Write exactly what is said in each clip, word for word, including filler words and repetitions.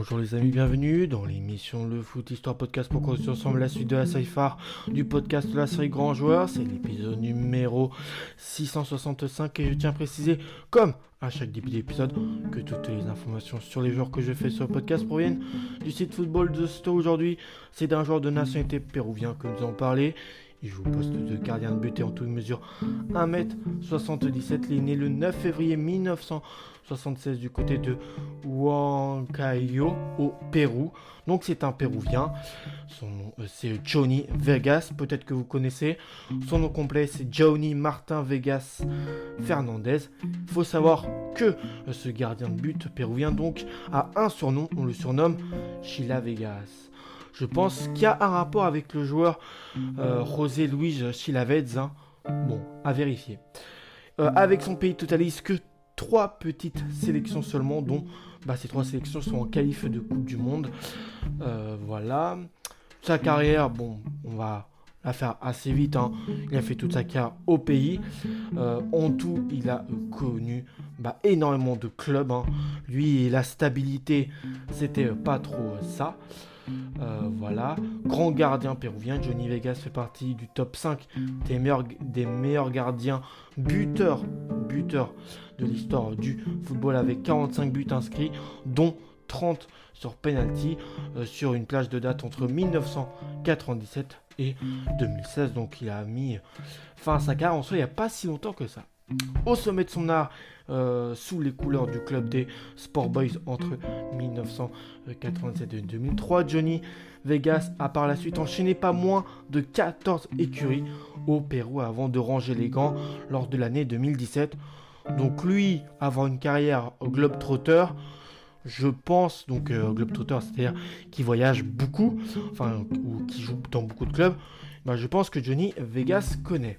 Bonjour les amis, bienvenue dans l'émission Le Foot Histoire Podcast pour continuer ensemble la suite de la série phare du podcast de la série Grand Joueur. C'est l'épisode numéro six cent soixante-cinq et je tiens à préciser, comme à chaque début d'épisode, que toutes les informations sur les joueurs que je fais sur le podcast proviennent du site Football de Sto. Aujourd'hui, c'est d'un joueur de nationalité péruvien que nous allons parler. Il joue au poste de gardien de but et en tout mesure un mètre soixante-dix-sept. Il est né le neuf février mille neuf cent soixante-seize du côté de Huancayo au Pérou. Donc c'est un Péruvien. Son nom euh, c'est Johnny Vegas, peut-être que vous connaissez. Son nom complet c'est Johnny Martin Vegas Fernandez. Il faut savoir que euh, ce gardien de but péruvien donc a un surnom, on le surnomme Chila Vegas. Je pense qu'il y a un rapport avec le joueur euh, José Luis Chilavez. Hein. Bon, à vérifier. Euh, avec son pays totalise que trois petites sélections seulement, dont bah, ces trois sélections sont en qualif de Coupe du Monde. Euh, voilà. Sa carrière, bon, on va la faire assez vite. Hein. Il a fait toute sa carrière au pays. Euh, en tout, il a euh, connu bah, énormément de clubs. Hein. Lui, la stabilité, c'était euh, pas trop euh, ça. Euh, voilà, grand gardien péruvien, Johnny Vegas fait partie du top cinq des meilleurs, des meilleurs gardiens buteurs, buteurs de l'histoire du football avec quarante-cinq buts inscrits, dont trente sur penalty euh, sur une plage de date entre mille neuf cent quatre-vingt-dix-sept et deux mille seize. Donc il a mis fin à sa carrière en soi il n'y a pas si longtemps que ça. Au sommet de son art, euh, sous les couleurs du club des Sport Boys entre mille neuf cent quatre-vingt-sept et deux mille trois, Johnny Vegas a par la suite enchaîné pas moins de quatorze écuries au Pérou avant de ranger les gants lors de l'année deux mille dix-sept. Donc lui, avoir une carrière au Globetrotter, je pense, donc euh, Globetrotter, c'est-à-dire qui voyage beaucoup, enfin, ou qui joue dans beaucoup de clubs, bah, je pense que Johnny Vegas connaît.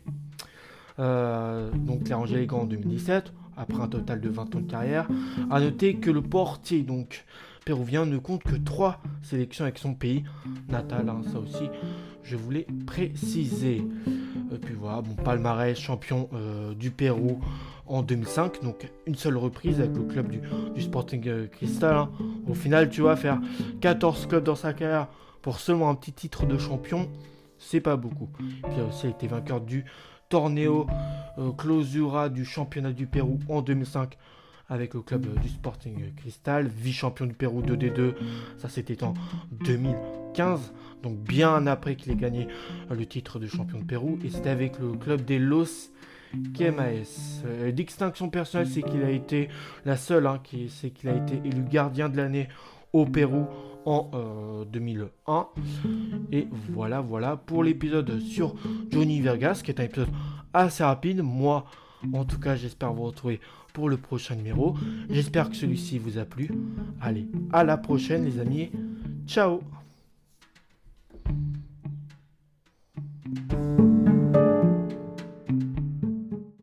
Euh, donc il a rangé les gants en deux mille dix-sept, après un total de vingt ans de carrière. A noter que le portier donc péruvien ne compte que trois sélections avec son pays natal, hein, ça aussi je voulais préciser. Et puis voilà, bon palmarès, champion euh, du Pérou en deux mille cinq, donc une seule reprise avec le club du, du Sporting euh, Cristal. Hein. Au final, tu vois, faire quatorze clubs dans sa carrière pour seulement un petit titre de champion, c'est pas beaucoup. Puis aussi, il a été vainqueur du Torneo euh, Clausura du championnat du Pérou en deux mille cinq avec le club euh, du Sporting Cristal, vice-champion du Pérou deux D deux, ça c'était en deux mille quinze, donc bien après qu'il ait gagné euh, le titre de champion de Pérou, et c'était avec le club des Los Queimaes. Euh, Distinction personnelle, c'est qu'il a été la seule, hein, qui, c'est qu'il a été élu gardien de l'année au Pérou en euh, deux mille un. Et voilà, voilà pour l'épisode sur Johnny Vegas, qui est un épisode assez rapide. Moi, en tout cas, j'espère vous retrouver pour le prochain numéro. J'espère que celui-ci vous a plu. Allez, à la prochaine les amis. Ciao.